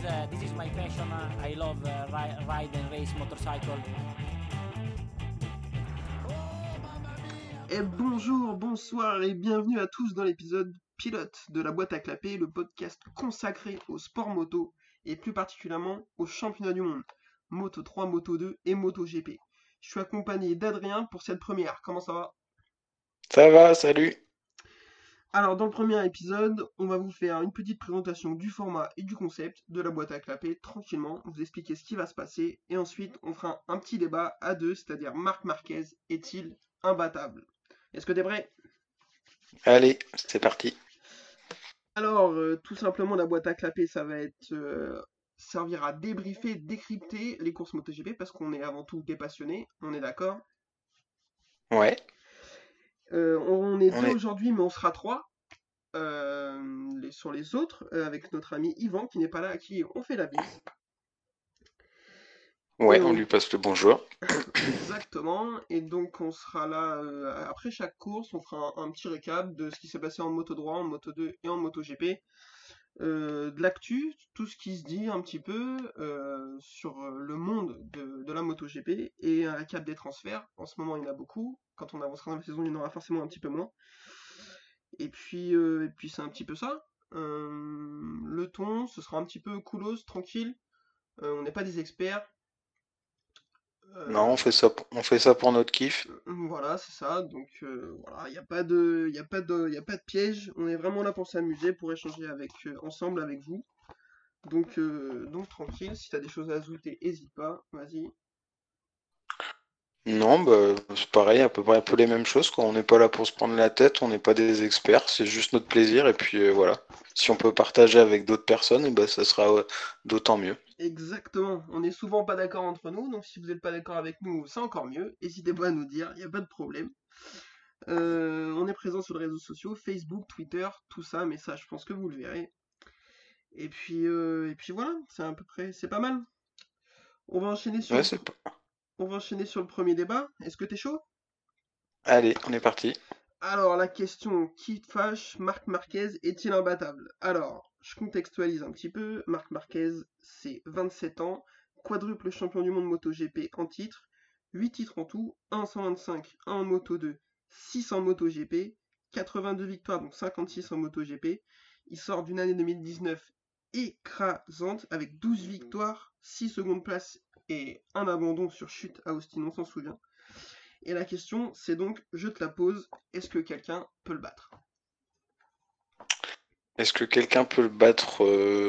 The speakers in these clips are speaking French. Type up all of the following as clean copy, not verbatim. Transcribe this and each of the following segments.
this is my passion. I love ride and race motorcycle. Et bonjour, bonsoir et bienvenue à tous dans l'épisode pilote de la boîte à clapper, le podcast consacré au sport moto et plus particulièrement aux championnats du monde, Moto 3, Moto 2 et Moto GP. Je suis accompagné d'Adrien pour cette première. Comment ça va? Ça va, salut. Alors dans le premier épisode, on va vous faire une petite présentation du format et du concept de la boîte à clapper tranquillement, vous expliquer ce qui va se passer et ensuite on fera un petit débat à deux, c'est-à-dire Marc Marquez est-il imbattable? Est-ce que t'es prêt? Allez, c'est parti. Alors, tout simplement, la boîte à clapper, ça va être servir à débriefer, décrypter les courses MotoGP parce qu'on est avant tout des passionnés, on est d'accord. Ouais, On est on deux est. aujourd'hui, mais on sera trois sur les autres, avec notre ami Yvan qui n'est pas là, à qui on fait la bise. Ouais, Et on lui passe le bonjour. Exactement, et donc on sera là après chaque course, on fera un petit récap de ce qui s'est passé en Moto 3, en Moto 2 et en Moto GP. De l'actu, tout ce qui se dit un petit peu sur le monde de la MotoGP et un récap des transferts. En ce moment, il y en a beaucoup. Quand on avancera dans la saison, il y en aura forcément un petit peu moins. Et puis c'est un petit peu ça. Le ton, ce sera un petit peu coolos, tranquille. On n'est pas des experts. Non, Euh, on fait ça pour notre kiff. voilà, c'est ça. Donc voilà, il n'y a pas de, y a pas de, y a pas de piège. On est vraiment là pour s'amuser, pour échanger ensemble avec vous. Donc tranquille, si t'as des choses à ajouter, hésite pas, vas-y. Non, bah, c'est pareil, à peu près un peu les mêmes choses, quoi. On n'est pas là pour se prendre la tête, on n'est pas des experts, c'est juste notre plaisir, et puis voilà. Si on peut partager avec d'autres personnes, et ben, ça sera d'autant mieux. Exactement, on est souvent pas d'accord entre nous, donc si vous n'êtes pas d'accord avec nous, c'est encore mieux. N'hésitez pas à nous dire, il n'y a pas de problème. On est présent sur les réseaux sociaux, Facebook, Twitter, tout ça, mais ça, je pense que vous le verrez. Et puis voilà, c'est à peu près, c'est pas mal. On va enchaîner sur Ouais, le, on va enchaîner sur le premier débat. Est-ce que t'es chaud? Allez, on est parti. Alors, la question qui fâche, Marc Marquez est-il imbattable? Alors, je contextualise un petit peu. Marc Marquez, c'est 27 ans, quadruple champion du monde MotoGP en titre, 8 titres en tout, 1 en 125, 1 en Moto 2, 6 en MotoGP, 82 victoires, donc 56 en MotoGP. Il sort d'une année 2019 écrasante avec 12 victoires, 6 secondes places et un abandon sur chute à Austin, on s'en souvient. Et la question, c'est donc, je te la pose, est-ce que quelqu'un peut le battre? Est-ce que quelqu'un peut le battre?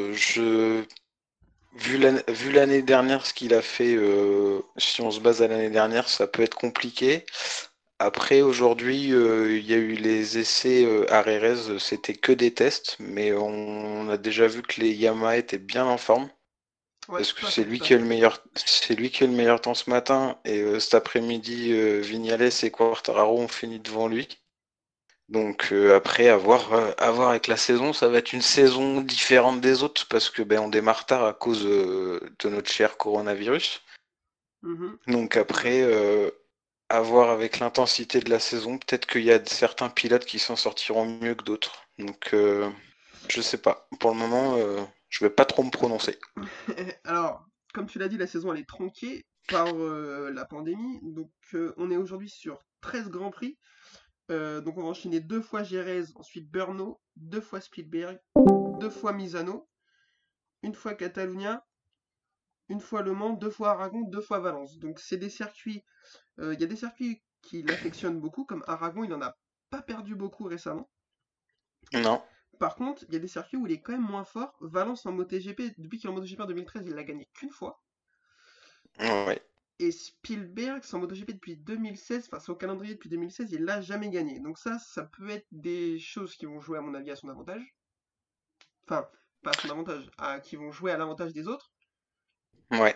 Vu l'année dernière, ce qu'il a fait, si on se base à l'année dernière, ça peut être compliqué. Après, aujourd'hui, il y a eu les essais à Rérez, c'était que des tests, mais on a déjà vu que les Yamaha étaient bien en forme, Ouais, parce que tout à c'est fait, lui tout à qui a fait. le meilleur, c'est lui qui a le meilleur temps ce matin, et cet après-midi, Vignales et Quartararo ont fini devant lui. Donc après, à voir avec la saison, ça va être une saison différente des autres, parce que ben on démarre tard à cause de notre cher coronavirus. Donc après, Exact. à voir avec l'intensité de la saison, peut-être qu'il y a certains pilotes qui s'en sortiront mieux que d'autres. Donc, je sais pas. Pour le moment, je vais pas trop me prononcer. Alors, comme tu l'as dit, la saison elle est tronquée par la pandémie. Donc, on est aujourd'hui sur 13 grands prix. Donc, on va enchaîner deux fois Jerez, ensuite Brno, deux fois Spielberg, deux fois Misano, une fois Catalunya, une fois Le Mans, deux fois Aragon, deux fois Valence. Donc, c'est des circuits. Il y a des circuits qui l'affectionnent beaucoup, comme Aragon, il en a pas perdu beaucoup récemment. Non. Par contre, il y a des circuits où il est quand même moins fort. Valence en MotoGP, depuis qu'il est en MotoGP en 2013, il l'a gagné qu'une fois. Ouais. Et Spielberg, c'est en MotoGP depuis 2016, enfin c'est au calendrier depuis 2016, il l'a jamais gagné. Donc ça peut être des choses qui vont jouer à mon avis à son avantage. Enfin, pas à son avantage, qui vont jouer à l'avantage des autres. Ouais.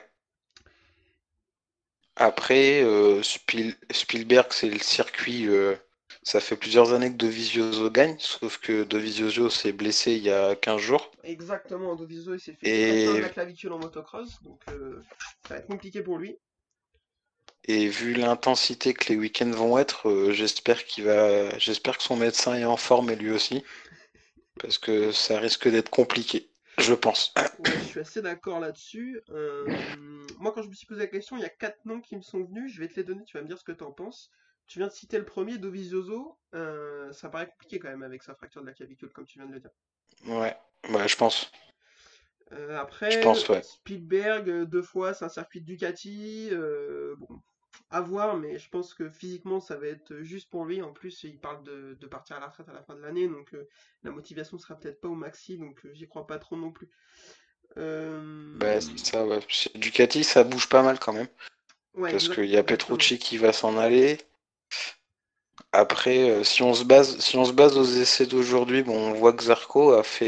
Après, Spielberg, c'est le circuit. Ça fait plusieurs années que Dovizioso gagne, sauf que Dovizioso s'est blessé il y a 15 jours. Exactement, Dovizioso il s'est fait éclater la Et, clavicule en motocross, donc ça va être compliqué pour lui. et vu l'intensité que les week-ends vont être, j'espère que son médecin est en forme et lui aussi, parce que ça risque d'être compliqué. je pense. Ouais, je suis assez d'accord là-dessus. Moi, quand je me suis posé la question, il y a quatre noms qui me sont venus. Je vais te les donner, tu vas me dire ce que tu en penses. Tu viens de citer le premier, Dovizioso. Ça paraît compliqué quand même avec sa fracture de la clavicule, comme tu viens de le dire. Ouais, bah, je Après, pense, ouais. Spielberg, deux fois, c'est un circuit de Ducati. Bon, à voir, mais je pense que physiquement, ça va être juste pour lui. En plus, il parle de partir à la retraite à la fin de l'année, donc la motivation sera peut-être pas au maxi, donc j'y crois pas trop non plus. Bah, Euh, c'est ça, ouais. Chez Ducati, ça bouge pas mal quand même. Ouais, Parce qu'il y a exactement. Petrucci qui va s'en aller. Après, si on se base aux essais d'aujourd'hui, bon, on voit que Zarco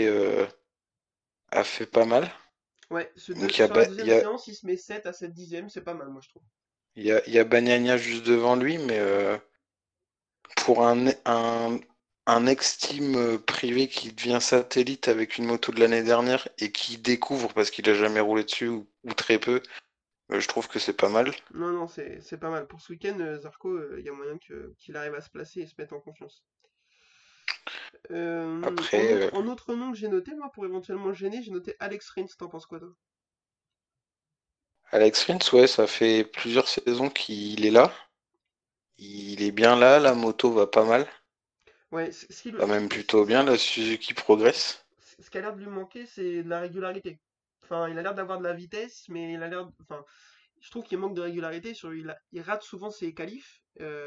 a fait pas mal. Ouais, Donc sur la deuxième séance, il se met 7 à 7 dixièmes, c'est pas mal, moi je trouve. il y a Bagnaia juste devant lui, mais pour un ex-team privé qui devient satellite avec une moto de l'année dernière et qui découvre parce qu'il a jamais roulé dessus ou très peu, je trouve que c'est pas mal. Non, non, c'est pas mal. Pour ce week-end, Zarco, il y a moyen qu'il arrive à se placer et se mettre en confiance. Après, En autre nom que j'ai noté, moi, pour éventuellement le gêner, j'ai noté Alex Rins, t'en penses quoi, toi? Alex Rins, ouais, ça fait plusieurs saisons qu'il est là. Il est bien là, la moto va pas mal. Ouais, Va même plutôt bien, la Suzuki progresse. ce qui a l'air de lui manquer, c'est de la régularité. Enfin, il a l'air d'avoir de la vitesse, mais il a l'air. Enfin, je trouve qu'il manque de régularité. Il rate souvent ses qualifs.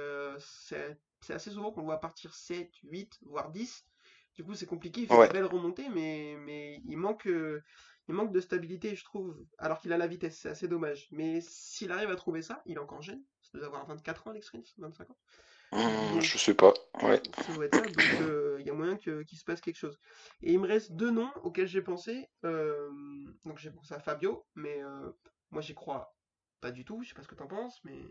C'est assez souvent qu'on le voit partir 7, 8, voire 10. Du coup, c'est compliqué. Il fait de Ouais, belles remontées, mais il manque de stabilité, je trouve. Alors qu'il a la vitesse, c'est assez dommage. Mais s'il arrive à trouver ça, il est encore jeune. Ça doit avoir 24 ans, Alex Rins, 25 ans. Donc, Je sais pas. Ouais. ça doit être ça. Donc, il y a moyen qu'il se passe quelque chose. Et il me reste deux noms auxquels j'ai pensé. Donc, j'ai pensé à Fabio, mais moi, j'y crois pas du tout. Je sais pas ce que t'en penses, mais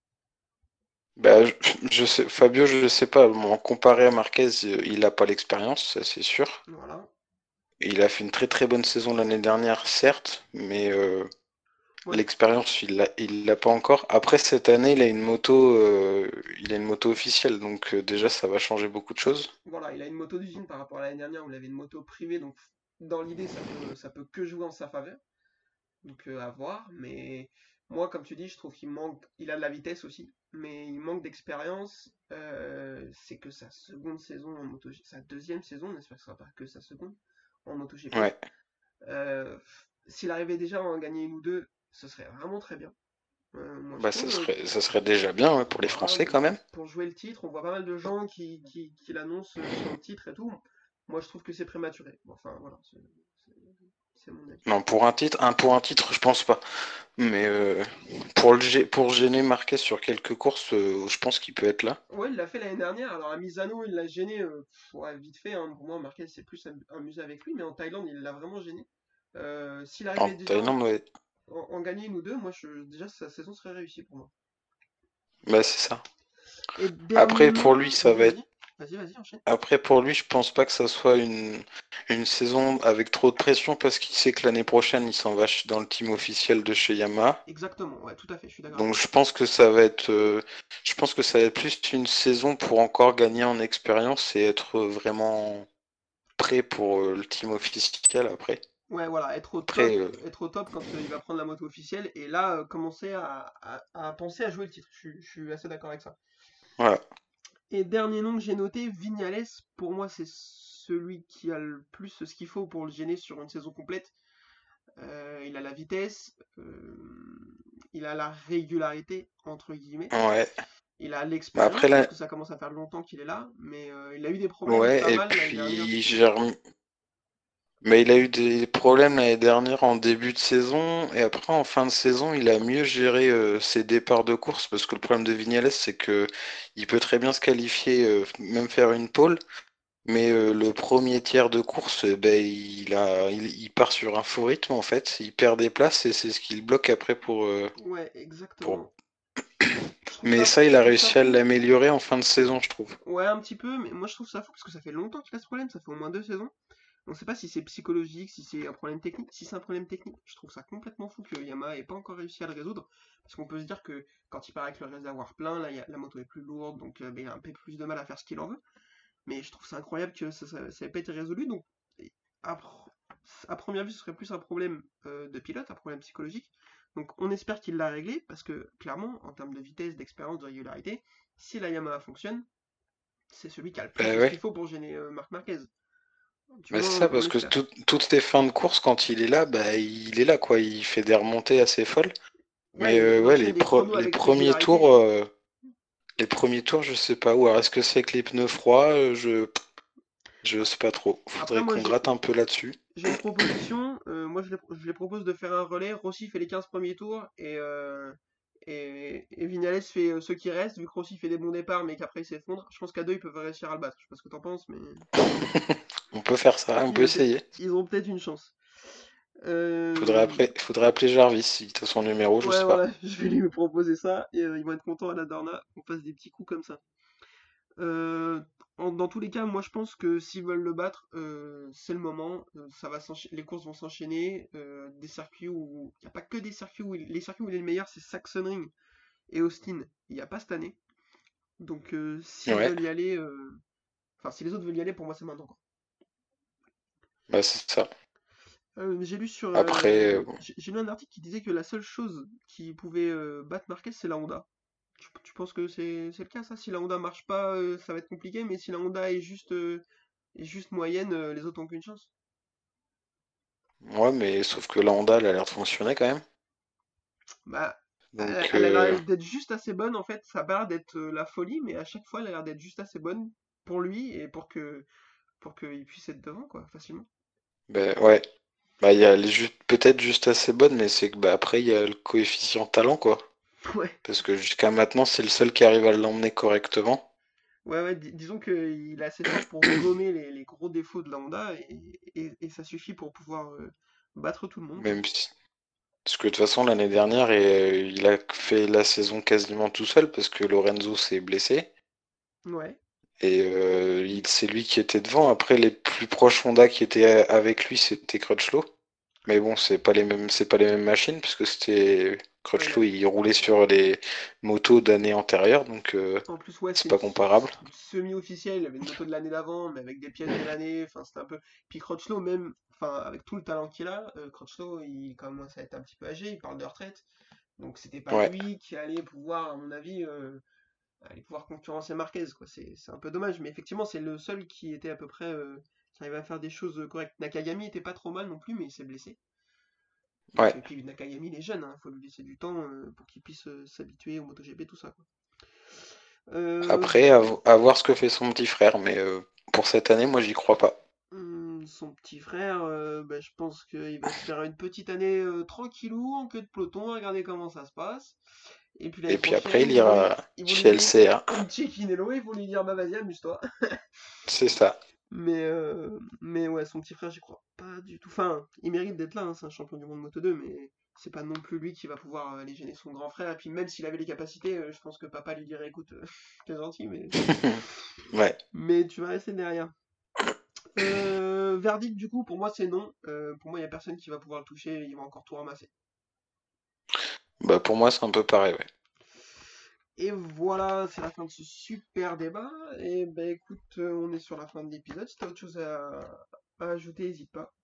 Bah, je sais, Fabio, je sais pas. Bon, comparé à Marquez, il a pas l'expérience, ça c'est sûr. voilà. Il a fait une très très bonne saison l'année dernière, certes, mais Moi, l'expérience, il l'a pas encore. Après cette année, il a une moto officielle, donc déjà ça va changer beaucoup de choses. voilà, il a une moto d'usine par rapport à l'année dernière où il avait une moto privée. Donc, dans l'idée, ça peut que jouer en sa faveur. Donc, à voir. Mais moi, comme tu dis, je trouve qu'il manque. Il a de la vitesse aussi, mais il manque d'expérience. C'est que sa seconde saison en moto, sa deuxième saison, on espère que ce sera pas que sa seconde en MotoGP. Ouais, Euh, S'il arrivait déjà à en gagner une ou deux, ce serait vraiment très bien. Moi, je bah trouve, ça serait déjà bien ouais, pour les voilà, Français quand même. pour jouer le titre, on voit pas mal de gens qui l'annoncent sur le titre et tout. Moi, je trouve que c'est prématuré. Bon, enfin, voilà, c'est mon avis. Non, pour un titre, je pense pas. Mais pour gêner Marquez sur quelques courses, je pense qu'il peut être là. Ouais, il l'a fait l'année dernière. Alors, à Misano, il l'a gêné ouais, vite fait, hein. Pour moi, Marquez s'est plus amusé avec lui, mais en Thaïlande, il l'a vraiment gêné. S'il En arrivait déjà Thaïlande, ouais. en gagner une ou deux, déjà, sa saison serait réussie pour moi. Bah c'est ça. Et dernier Après, pour lui, nom, ça vas-y, va être. vas-y. Vas-y, vas-y, enchaîne. Après, pour lui, je pense pas que ça soit une saison avec trop de pression parce qu'il sait que l'année prochaine, il s'en va dans le team officiel de chez Yamaha. Exactement, ouais, tout à fait, je suis d'accord avec Donc, toi. je pense que ça va être plus une saison pour encore gagner en expérience et être vraiment prêt pour le team officiel après. Ouais, voilà, Après, être au top quand il va prendre la moto officielle et là, commencer à penser à jouer le titre. Je suis assez d'accord avec ça. voilà. Et dernier nom que j'ai noté, Vignales, pour moi, c'est celui qui a le plus ce qu'il faut pour le gêner sur une saison complète. Il a la vitesse, il a la régularité, entre guillemets. Ouais. Il a Mais après, l'expérience parce là, que ça commence à faire longtemps qu'il est là, mais il a eu des problèmes pas ouais. Et mal l'année dernière puis, justement. mais il a eu des problèmes l'année dernière en début de saison et après en fin de saison, il a mieux géré ses départs de course parce que le problème de Vignales, c'est que il peut très bien se qualifier, même faire une pole, mais le premier tiers de course, ben, il part sur un faux rythme en fait, il perd des places et c'est ce qui le bloque après Ouais, pour... exactement. Mais ça, Je il a trouve ça réussi à fou. l'améliorer en fin de saison, je trouve. Ouais, un petit peu, mais moi je trouve ça fou parce que ça fait longtemps qu'il a ce problème, ça fait au moins deux saisons. On sait pas si c'est psychologique, si c'est un problème technique. Si c'est un problème technique, je trouve ça complètement fou que Yamaha ait pas encore réussi à le résoudre. Parce qu'on peut se dire que quand il part avec le réservoir plein, là, la moto est plus lourde, donc ben, il a un peu plus de mal à faire ce qu'il en veut. Mais je trouve ça incroyable que ça ait pas été résolu. Donc, après, À première vue, ce serait plus un problème de pilote, un problème psychologique. Donc on espère qu'il l'a réglé, parce que clairement, en termes de vitesse, d'expérience, de régularité, si la Yamaha fonctionne, c'est celui qui a le plus Bah de ce qu'il ouais. faut pour gêner Marc Marquez. Du Bah c'est moins, ça, on parce que l'espère. toutes les fins de course, quand il est là, bah il est là, quoi. Il fait des remontées assez folles. Mais Ouais, il ouais, enchaîne des chronos les avec premiers régularité. tours, je sais pas. Ou alors est-ce que c'est avec les pneus froids? Je sais pas trop. Après, Faudrait moi, qu'on gratte un peu là-dessus. j'ai une proposition. Moi, je les propose de faire un relais. Rossi fait les 15 premiers tours et Vignales fait ceux qui restent. Vu que Rossi fait des bons départs, mais qu'après il s'effondre. Je pense qu'à deux, ils peuvent réussir à le battre. Je sais pas ce que t'en penses, mais On peut faire ça, on peut essayer. ils ont peut-être une chance. Faudrait Euh, faudrait appeler Jarvis, si t'as son numéro, je ouais, sais pas. voilà, je vais lui proposer ça et ils vont être contents à la Dorna qu'on fasse des petits coups comme ça. Euh, dans tous les cas, moi je pense que s'ils veulent le battre, c'est le moment. Les courses vont s'enchaîner. Des circuits où il n'y a pas que des circuits où les circuits où il est le meilleur, c'est Sachsenring et Austin. Il n'y a pas cette année. Donc s'ils Ouais, veulent y aller, enfin si les autres veulent y aller, pour moi c'est maintenant, quoi. bah c'est ça. J'ai lu sur, Après, bon. j'ai lu un article qui disait que la seule chose qui pouvait battre Marquez, c'est la Honda. Tu penses que c'est le cas ça? Si la Honda marche pas, ça va être compliqué, mais si la Honda est juste moyenne, les autres ont qu'une chance. Ouais, mais sauf que la Honda, elle a l'air de fonctionner quand même. Bah, Donc, elle a l'air d'être juste assez bonne en fait. Ça a pas l'air d'être la folie, mais à chaque fois, elle a l'air d'être juste assez bonne pour lui et pour qu'il puisse être devant quoi, facilement. bah ouais. Bah, il y a peut-être juste assez bonne, mais c'est que bah, après, il y a le coefficient talent, quoi. Ouais, Parce que jusqu'à maintenant, c'est le seul qui arrive à l'emmener correctement. ouais, disons qu'il est assez fort pour gommer les gros défauts de la Honda et ça suffit pour pouvoir battre tout le monde quoi. Même si... Parce que de toute façon, l'année dernière, il a fait la saison quasiment tout seul parce que Lorenzo s'est blessé. Ouais, Et c'est lui qui était devant. Après, les plus proches Honda qui étaient avec lui, c'était Crutchlow. Mais bon, c'est pas les mêmes machines, puisque c'était ouais, Crutchlow, il roulait sur les motos d'années antérieures, donc en plus, ouais, c'est pas comparable. c'est une semi-officielle. Il avait une moto de l'année d'avant, mais avec des pièces de l'année. Enfin, c'était un peu. Puis Crutchlow, même, enfin, avec tout le talent qu'il a, Crutchlow, il commence à être un petit peu âgé. Il parle de retraite. Donc, c'était pas Ouais, lui qui allait pouvoir, à mon avis, aller pouvoir concurrencer Marquez, quoi. C'est un peu dommage. Mais effectivement, c'est le seul qui était à peu près. Qui arrivait à faire des choses correctes. Nakagami était pas trop mal non plus, mais il s'est blessé. Donc, ouais. et puis Nakagami, il est jeune, hein, faut lui laisser du temps pour qu'il puisse s'habituer au MotoGP, tout ça, quoi. Euh, Après, à voir ce que fait son petit frère, mais pour cette année, moi, j'y crois pas. Son petit frère, bah, je pense qu'il va se faire une petite année tranquillou en queue de peloton, à regarder comment ça se passe. Et puis l'année Et puis après, prochaine, il ira ils vont lui chez donner LCR. comme Cecchinello, ils vont lui dire bah vas-y amuse-toi. C'est ça. Mais ouais, son petit frère, j'y crois pas du tout. Enfin, il mérite d'être là, hein, c'est un champion du monde Moto 2, mais c'est pas non plus lui qui va pouvoir aller gêner son grand frère. Et puis même s'il avait les capacités, je pense que papa lui dirait écoute, t'es gentil, Ouais. mais tu vas rester derrière. Verdict, du coup, pour moi, c'est non. Pour moi, il n'y a personne qui va pouvoir le toucher, il va encore tout ramasser. Bah pour moi, c'est un peu pareil, ouais. Et voilà, c'est la fin de ce super débat. Et ben écoute, on est sur la fin de l'épisode. Si t'as autre chose à ajouter, n'hésite pas.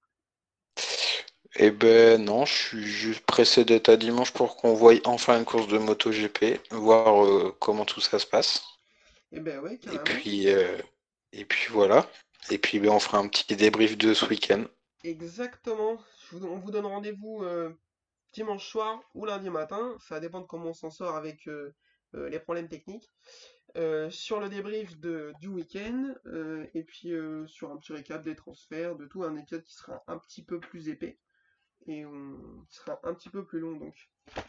Eh ben non, je suis juste pressé d'être à dimanche pour qu'on voie enfin une course de MotoGP, voir comment tout ça se passe. Et ben ouais, Et carrément. puis, et puis voilà. Et puis ben, on fera un petit débrief de ce week-end. Exactement. On vous donne rendez-vous dimanche soir ou lundi matin. Ça dépend de comment on s'en sort avec les problèmes techniques. Sur le débrief du week-end. Et puis sur un petit récap des transferts, de tout. Un épisode qui sera un petit peu plus épais. Et qui sera un petit peu plus long donc.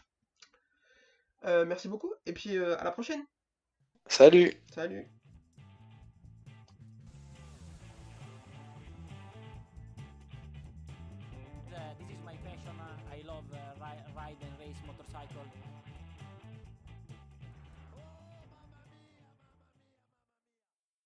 Merci beaucoup. Et puis à la prochaine. Salut! Salut. This is my passion. I love ride and race motorcycle.